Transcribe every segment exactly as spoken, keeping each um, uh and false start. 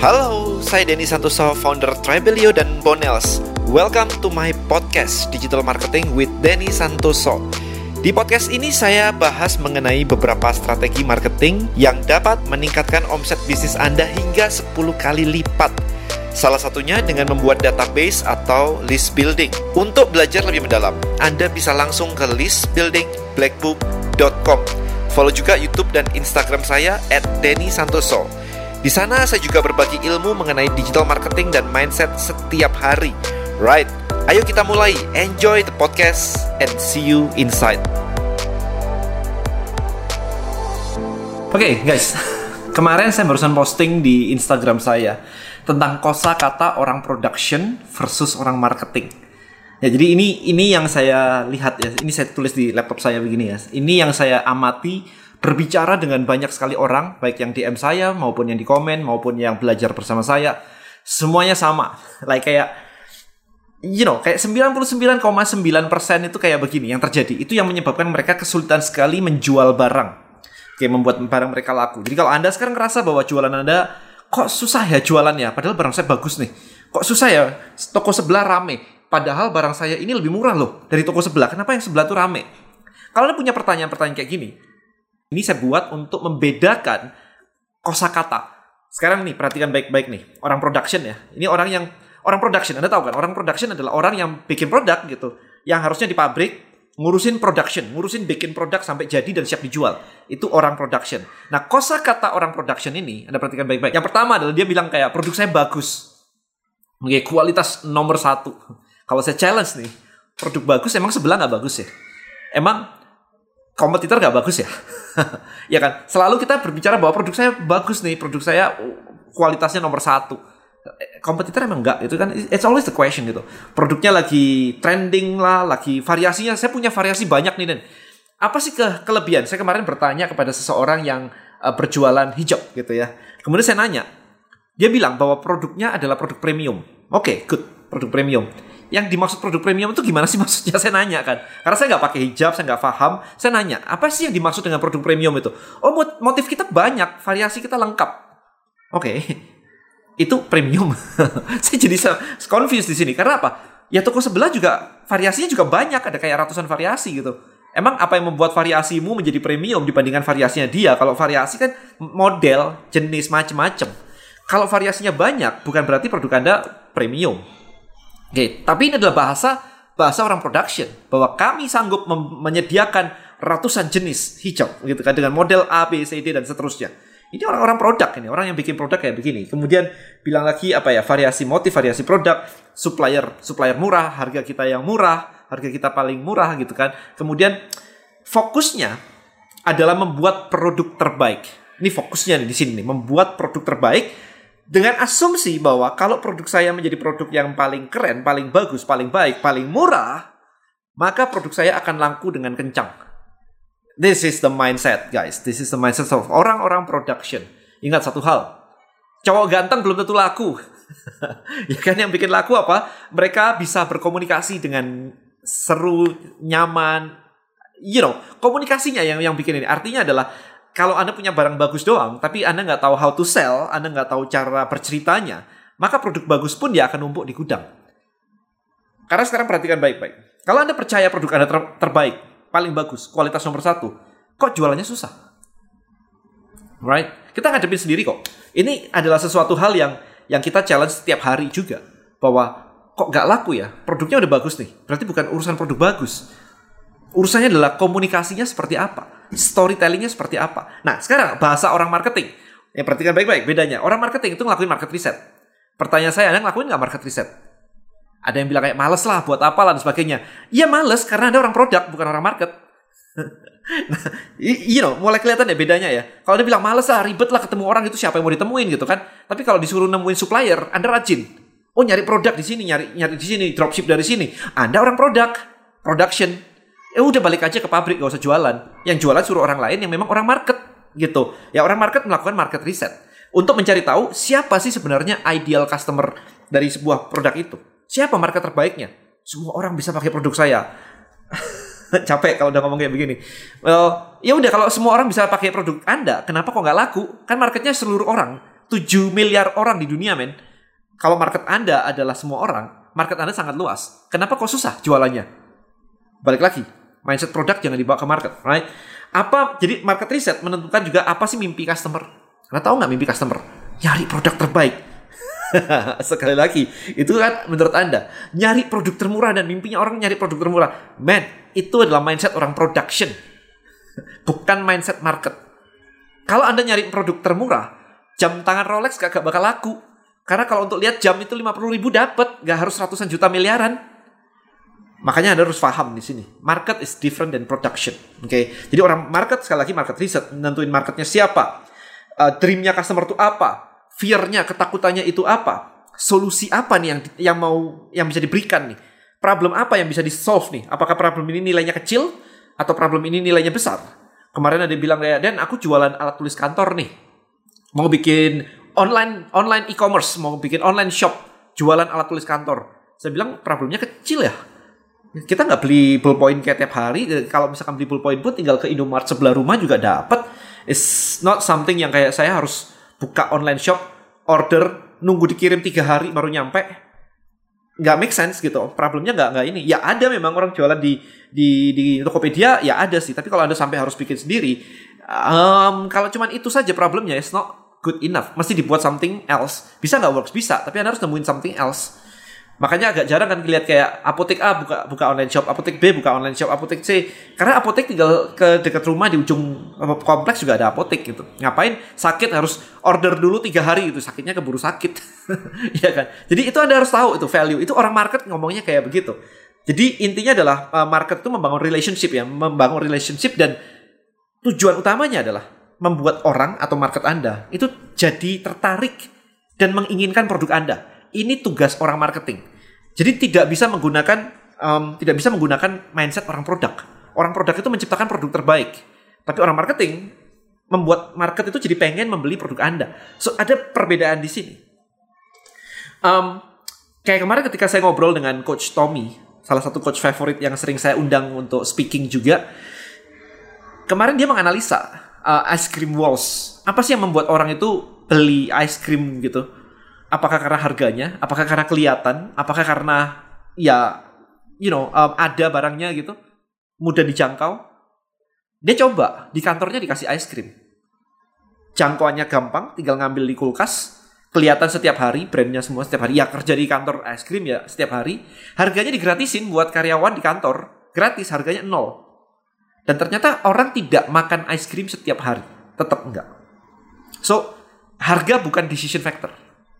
Halo, saya Denny Santoso, founder Tribelio dan Bonels. Welcome to my podcast Digital Marketing with Denny Santoso. Di podcast ini saya bahas mengenai beberapa strategi marketing yang dapat meningkatkan omset bisnis Anda hingga sepuluh kali lipat. Salah satunya dengan membuat database atau list building. Untuk belajar lebih mendalam, Anda bisa langsung ke list building blackbook dot com. Follow juga YouTube dan Instagram saya at denny santoso. Di sana saya juga berbagi ilmu mengenai digital marketing dan mindset setiap hari. Right, ayo kita mulai. Enjoy the podcast and see you inside. Oke okay, guys, kemarin saya barusan posting di Instagram saya tentang kosakata orang production versus orang marketing. Ya, jadi ini ini yang saya lihat ya. Ini saya tulis di laptop saya begini ya. Ini yang saya amati. Berbicara dengan banyak sekali orang, baik yang D M saya, maupun yang di komen, maupun yang belajar bersama saya. Semuanya sama. Like kayak, you know, kayak sembilan puluh sembilan koma sembilan persen itu kayak begini yang terjadi. Itu yang menyebabkan mereka kesulitan sekali menjual barang. Oke, membuat barang mereka laku. Jadi kalau Anda sekarang ngerasa bahwa jualan Anda, kok susah ya jualannya? Padahal barang saya bagus nih. Kok susah ya? Toko sebelah rame. Padahal barang saya ini lebih murah loh dari toko sebelah. Kenapa yang sebelah tuh rame? Kalau Anda punya pertanyaan-pertanyaan kayak gini, ini saya buat untuk membedakan kosakata. Sekarang nih, perhatikan baik-baik nih. Orang production ya. Ini orang yang, orang production, Anda tahu kan? Orang production adalah orang yang bikin produk gitu. Yang harusnya di pabrik, ngurusin production. Ngurusin bikin produk sampai jadi dan siap dijual. Itu orang production. Nah, kosakata orang production ini, Anda perhatikan baik-baik. Yang pertama adalah dia bilang kayak, produk saya bagus. Oke, kualitas nomor satu. Kalau saya challenge nih, produk bagus emang sebelah nggak bagus ya? Emang kompetitor nggak bagus ya? Ya kan? Selalu kita berbicara bahwa produk saya bagus nih, produk saya kualitasnya nomor satu. Kompetitor emang enggak, itu kan it's always the question gitu. Produknya lagi trending lah, lagi variasinya, saya punya variasi banyak nih, Dan. Apa sih ke kelebihan? Saya kemarin bertanya kepada seseorang yang uh, berjualan hijab gitu ya. Kemudian saya nanya, dia bilang bahwa produknya adalah produk premium. Oke, okay, good, produk premium. Yang dimaksud produk premium itu gimana sih maksudnya? Saya nanya kan. Karena saya nggak pakai hijab, saya nggak paham. Saya nanya, apa sih yang dimaksud dengan produk premium itu? Oh, motif kita banyak, variasi kita lengkap. Oke, okay. Itu premium. Saya jadi confused di sini. Karena apa? Ya toko sebelah juga variasinya juga banyak. Ada kayak ratusan variasi gitu. Emang apa yang membuat variasimu menjadi premium dibandingkan variasinya dia? Kalau variasi kan model, jenis, macam-macam. Kalau variasinya banyak, bukan berarti produk Anda premium. Oke, okay, tapi ini adalah bahasa bahasa orang production bahwa kami sanggup mem- menyediakan ratusan jenis hijab gitu kan dengan model A, B, C, D dan seterusnya. Ini orang-orang produk ini, orang yang bikin produk kayak begini. Kemudian bilang lagi apa ya, variasi motif, variasi produk, supplier, supplier murah, harga kita yang murah, harga kita paling murah gitu kan. Kemudian fokusnya adalah membuat produk terbaik. Ini fokusnya nih di sini nih, membuat produk terbaik. Dengan asumsi bahwa kalau produk saya menjadi produk yang paling keren, paling bagus, paling baik, paling murah, maka produk saya akan laku dengan kencang. This is the mindset, guys. This is the mindset of orang-orang production. Ingat satu hal, cowok ganteng belum tentu laku. Ya kan, yang bikin laku apa? Mereka bisa berkomunikasi dengan seru, nyaman. You know, komunikasinya yang yang bikin ini. Artinya adalah kalau Anda punya barang bagus doang, tapi Anda nggak tahu how to sell, Anda nggak tahu cara berceritanya, maka produk bagus pun dia akan numpuk di gudang. Karena sekarang perhatikan baik-baik. Kalau Anda percaya produk Anda ter- terbaik, paling bagus, kualitas nomor satu, kok jualannya susah? Right? Kita ngadepin sendiri kok. Ini adalah sesuatu hal yang yang kita challenge setiap hari juga. Bahwa kok nggak laku ya? Produknya udah bagus nih. Berarti bukan urusan produk bagus. Urusannya adalah komunikasinya seperti apa. Storytellingnya seperti apa. Nah, sekarang bahasa orang marketing. Ya, perhatikan baik-baik bedanya. Orang marketing itu ngelakuin market research. Pertanyaan saya, Anda ngelakuin nggak market research? Ada yang bilang kayak males lah, buat apa lah, dan sebagainya. Iya males, karena Anda orang produk, bukan orang market. Nah, you know, mulai kelihatan ya bedanya ya. Kalau Anda bilang males lah, ribet lah ketemu orang, itu siapa yang mau ditemuin gitu kan. Tapi kalau disuruh nemuin supplier, Anda rajin. Oh, nyari produk di sini, nyari nyari di sini, dropship dari sini. Anda orang produk, production. Eh udah balik aja ke pabrik, gak usah jualan. Yang jualan suruh orang lain yang memang orang market gitu. Ya orang market melakukan market research untuk mencari tahu siapa sih sebenarnya ideal customer dari sebuah produk itu. Siapa market terbaiknya? Semua orang bisa pakai produk saya. Capek kalau udah ngomong kayak begini. Well, ya udah kalau semua orang bisa pakai produk Anda, kenapa kok nggak laku? Kan marketnya seluruh orang. tujuh miliar orang di dunia, men. Kalau market Anda adalah semua orang, market Anda sangat luas. Kenapa kok susah jualannya? Balik lagi, mindset produk jangan dibawa ke market, right? Apa, jadi market research menentukan juga apa sih mimpi customer. Anda tahu nggak mimpi customer? Nyari produk terbaik. Sekali lagi, itu kan menurut Anda. Nyari produk termurah dan mimpinya orang nyari produk termurah. Man, itu adalah mindset orang production. Bukan mindset market. Kalau Anda nyari produk termurah, jam tangan Rolex gak, gak bakal laku. Karena kalau untuk lihat jam itu lima puluh ribu dapat, gak harus ratusan juta miliaran. Makanya Anda harus paham di sini. Market is different than production. Oke, okay? Jadi orang market, sekali lagi market research, nentuin marketnya siapa, uh, dreamnya customer itu apa, fear-nya, ketakutannya itu apa, solusi apa nih yang yang mau yang bisa diberikan nih, problem apa yang bisa di-solve nih. Apakah problem ini nilainya kecil atau problem ini nilainya besar? Kemarin ada yang bilang kayak, Dan, aku jualan alat tulis kantor nih, mau bikin online online e-commerce, mau bikin online shop, jualan alat tulis kantor. Saya bilang problemnya kecil ya. Kita nggak beli ballpoint kayak tiap hari. Kalau misalkan beli ballpoint pun tinggal ke Indomaret sebelah rumah juga dapat. It's not something yang kayak saya harus buka online shop, order, nunggu dikirim tiga hari baru nyampe. Nggak make sense gitu. Problemnya nggak nggak ini. Ya ada memang orang jualan di di di Tokopedia, ya ada sih. Tapi kalau Anda sampai harus bikin sendiri, um, kalau cuman itu saja problemnya, it's not good enough. Mesti dibuat something else. Bisa nggak works? Bisa. Tapi Anda harus nemuin something else. Makanya agak jarang kan lihat kayak apotek A buka buka online shop, apotek B buka online shop, apotek C. Karena apotek tinggal ke dekat rumah di ujung kompleks juga ada apotek gitu. Ngapain sakit harus order dulu tiga hari gitu, sakitnya keburu sakit. Iya kan? Jadi itu Anda harus tahu itu value. Itu orang market ngomongnya kayak begitu. Jadi intinya adalah market itu membangun relationship ya, membangun relationship, dan tujuan utamanya adalah membuat orang atau market Anda itu jadi tertarik dan menginginkan produk Anda. Ini tugas orang marketing. Jadi tidak bisa menggunakan um, tidak bisa menggunakan mindset orang produk. Orang produk itu menciptakan produk terbaik. Tapi orang marketing membuat market itu jadi pengen membeli produk Anda. So ada perbedaan di sini. Um, kayak kemarin ketika saya ngobrol dengan Coach Tommy, salah satu coach favorit yang sering saya undang untuk speaking juga. Kemarin dia menganalisa uh, ice cream walls. Apa sih yang membuat orang itu beli ice cream gitu? Apakah karena harganya? Apakah karena kelihatan? Apakah karena ya, you know, um, ada barangnya gitu, mudah dijangkau? Dia coba di kantornya dikasih ice cream, jangkauannya gampang, tinggal ngambil di kulkas, kelihatan setiap hari, brandnya semua setiap hari. Ya kerja di kantor ice cream ya setiap hari. Harganya digratisin buat karyawan di kantor, gratis, harganya nol. Dan ternyata orang tidak makan ice cream setiap hari, tetap enggak. So harga bukan decision factor.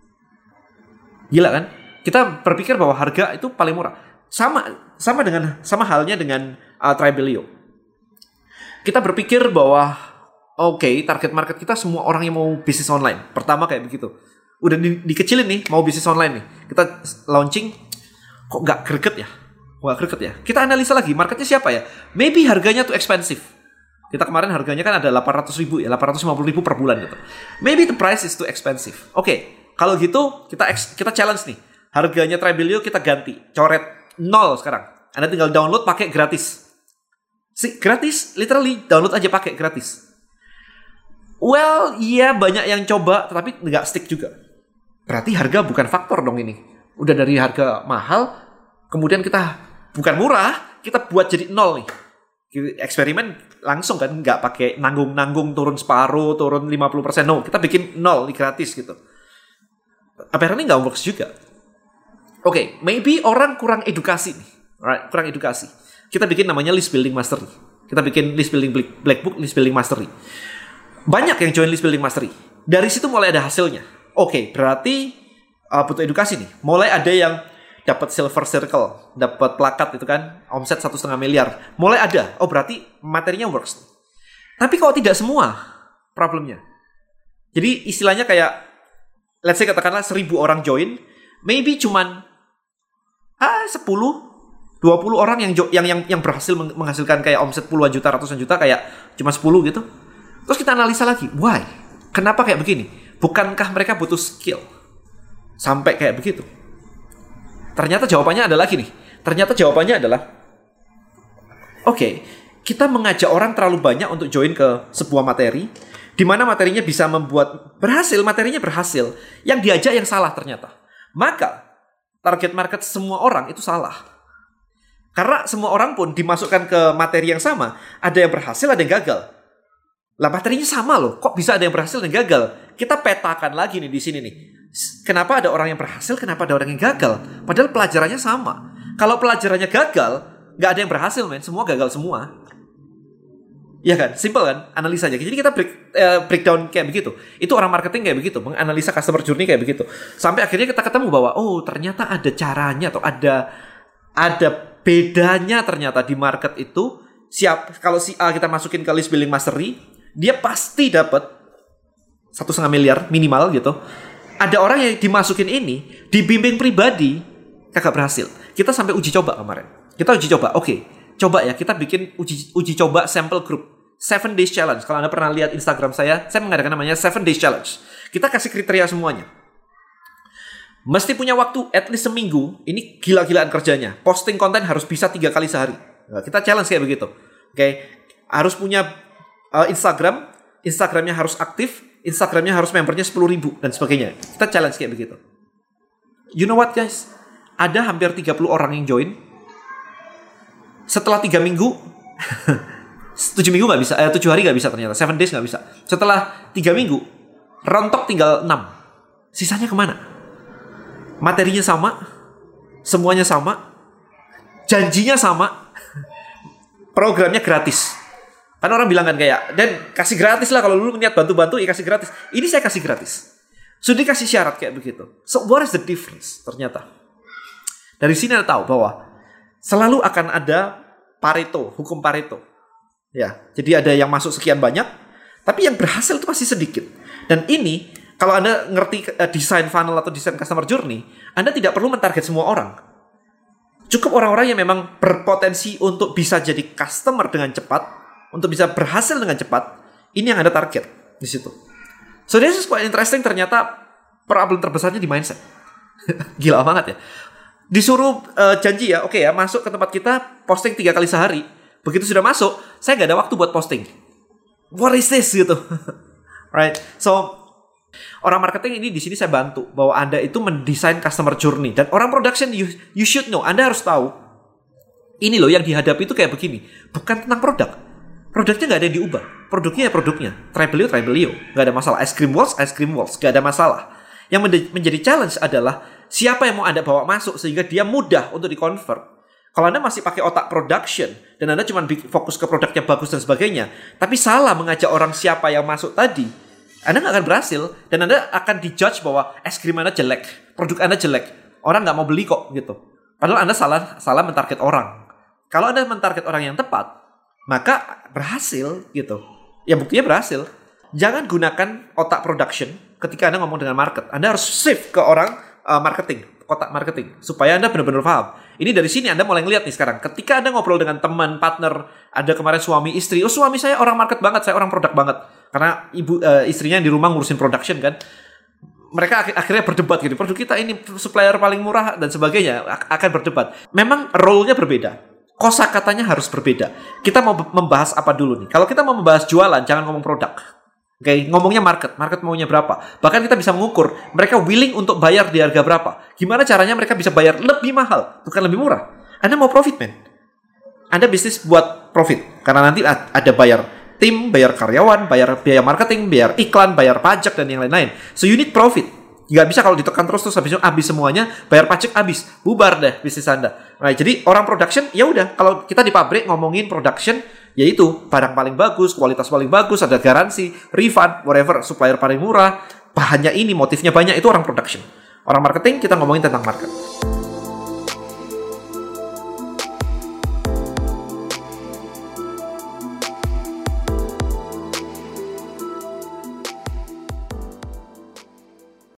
Gila kan? Kita berpikir bahwa harga itu paling murah. Sama sama dengan sama halnya dengan uh, Tribelio. Kita berpikir bahwa oke, okay, target market kita semua orang yang mau bisnis online. Pertama kayak begitu. Udah di, dikecilin nih, mau bisnis online nih. Kita launching, kok nggak greget ya? Nggak greget ya? Kita analisa lagi, marketnya siapa ya? Maybe harganya tuh expensive. Kita kemarin harganya kan ada delapan ratus ribu ya, delapan ratus lima puluh ribu per bulan gitu. Maybe the price is too expensive. Oke. Okay. Kalau gitu, kita kita challenge nih. Harganya Tribelio kita ganti. Coret nol sekarang. Anda tinggal download pakai gratis. Si, gratis, literally download aja pakai gratis. Well, iya banyak yang coba, tetapi nggak stick juga. Berarti harga bukan faktor dong ini. Udah dari harga mahal, kemudian kita bukan murah, kita buat jadi nol nih. Eksperimen langsung kan, nggak pakai nanggung-nanggung turun separuh, turun lima puluh persen. No, kita bikin nol nih gratis gitu. Apparently nggak works juga. Oke, okay, maybe orang kurang edukasi nih, right? Kurang edukasi. Kita bikin namanya list building mastery. Kita bikin list building black book, list building mastery. Banyak yang join list building mastery. Dari situ mulai ada hasilnya. Oke, okay, berarti uh, butuh edukasi nih. Mulai ada yang dapat silver circle, dapat plakat itu kan, omset satu setengah miliar. Mulai ada. Oh berarti materinya works. Tapi kalau tidak semua problemnya. Jadi istilahnya kayak let's say katakanlah seribu orang join, maybe cuman ah sepuluh, dua puluh orang yang jo- yang yang yang berhasil menghasilkan kayak omset puluhan juta, ratusan juta, kayak cuma sepuluh gitu. Terus kita analisa lagi, why? Kenapa kayak begini? Bukankah mereka butuh skill sampai kayak begitu? Ternyata jawabannya ada lagi nih. Ternyata jawabannya adalah oke, okay, kita mengajak orang terlalu banyak untuk join ke sebuah materi. Di mana materinya bisa membuat berhasil, materinya berhasil. Yang diajak yang salah ternyata. Maka target market semua orang itu salah. Karena semua orang pun dimasukkan ke materi yang sama. Ada yang berhasil, ada yang gagal. Lah materinya sama loh. Kok bisa ada yang berhasil dan gagal? Kita petakan lagi nih di sini nih. Kenapa ada orang yang berhasil, kenapa ada orang yang gagal? Padahal pelajarannya sama. Kalau pelajarannya gagal, nggak ada yang berhasil men. Semua gagal semua. Iya kan, simple kan analisanya. Jadi kita break, uh, breakdown kayak begitu. Itu orang marketing kayak begitu, menganalisa customer journey kayak begitu. Sampai akhirnya kita ketemu bahwa oh ternyata ada caranya atau ada ada bedanya ternyata di market itu. Siap kalau si A kita masukin ke list building mastery, dia pasti dapat satu setengah miliar minimal gitu. Ada orang yang dimasukin ini dibimbing pribadi kagak berhasil. Kita sampai uji coba kemarin. Kita uji coba, oke. Okay. Coba ya, kita bikin uji, uji coba sampel group seven days challenge. Kalau Anda pernah lihat Instagram saya, saya mengadakan namanya seven days challenge. Kita kasih kriteria semuanya. Mesti punya waktu at least seminggu. Ini gila-gilaan kerjanya. Posting konten harus bisa tiga kali sehari. Nah, kita challenge kayak begitu. Oke, okay. Harus punya uh, Instagram. Instagramnya harus aktif. Instagramnya harus membernya sepuluh ribu dan sebagainya. Kita challenge kayak begitu. You know what guys? Ada hampir tiga puluh orang yang join. Setelah tiga minggu, tujuh minggu nggak bisa, eh, tujuh hari nggak bisa ternyata, seven days nggak bisa. Setelah tiga minggu, rontok tinggal enam. Sisanya kemana? Materinya sama, semuanya sama, janjinya sama, programnya gratis. Kan orang bilang kan kayak, dan kasih gratis lah kalau lu niat bantu-bantu, ya kasih gratis. Ini saya kasih gratis. Sudah kasih syarat kayak begitu. So what is the difference ternyata? Dari sini Anda tahu bahwa selalu akan ada Pareto, hukum Pareto. Ya, jadi ada yang masuk sekian banyak, tapi yang berhasil itu pasti sedikit. Dan ini, kalau Anda ngerti uh, desain funnel atau desain customer journey, Anda tidak perlu mentarget semua orang. Cukup orang-orang yang memang berpotensi untuk bisa jadi customer dengan cepat, untuk bisa berhasil dengan cepat. Ini yang Anda target di situ. So this is quite interesting. Ternyata problem terbesarnya di mindset. Gila banget ya. Disuruh uh, janji ya, oke okay ya, masuk ke tempat kita, posting tiga kali sehari. Begitu sudah masuk, saya nggak ada waktu buat posting. What is this gitu, right? So orang marketing ini di sini saya bantu bahwa Anda itu mendesain customer journey, dan orang production you, you should know. Anda harus tahu ini loh yang dihadapi itu kayak begini, bukan tentang produk. Produknya nggak ada yang diubah, produknya ya produknya. Try beliau, try beliau, nggak ada masalah. Ice cream walls, ice cream walls, nggak ada masalah. Yang menjadi challenge adalah siapa yang mau Anda bawa masuk sehingga dia mudah untuk di-convert. Kalau Anda masih pakai otak production dan Anda cuma fokus ke produknya bagus dan sebagainya, tapi salah mengajak orang siapa yang masuk tadi, Anda nggak akan berhasil dan Anda akan dijudge bahwa es krim Anda jelek, produk Anda jelek, orang nggak mau beli kok gitu. Padahal Anda salah salah mentarget orang. Kalau Anda mentarget orang yang tepat, maka berhasil gitu. Ya buktinya berhasil. Jangan gunakan otak production ketika Anda ngomong dengan market. Anda harus shift ke orang uh, marketing, otak marketing, supaya Anda benar-benar paham. Ini dari sini Anda mulai ngeliat nih sekarang. Ketika Anda ngobrol dengan teman, partner, ada kemarin suami istri. Oh suami saya orang market banget, saya orang produk banget. Karena ibu uh, istrinya di rumah ngurusin production kan. Mereka ak- akhirnya berdebat gitu. Produk kita ini supplier paling murah dan sebagainya. A- akan berdebat. Memang role-nya berbeda. Kosakatanya harus berbeda. Kita mau membahas apa dulu nih? Kalau kita mau membahas jualan, jangan ngomong produk. Oke, okay, ngomongnya market, market maunya berapa. Bahkan kita bisa mengukur, mereka willing untuk bayar di harga berapa. Gimana caranya mereka bisa bayar lebih mahal, bukan lebih murah. Anda mau profit, man. Anda bisnis buat profit. Karena nanti ada bayar tim, bayar karyawan, bayar biaya marketing, bayar iklan, bayar pajak, dan yang lain-lain. So you need profit. Gak bisa kalau ditekan terus, terus habis itu habis semuanya, bayar pajak habis. Bubar deh bisnis Anda. Nah, jadi orang production, ya udah. Kalau kita di pabrik ngomongin production, yaitu barang paling bagus, kualitas paling bagus, ada garansi, refund, whatever, supplier paling murah, bahannya ini, motifnya banyak, itu orang production. Orang marketing, kita ngomongin tentang market.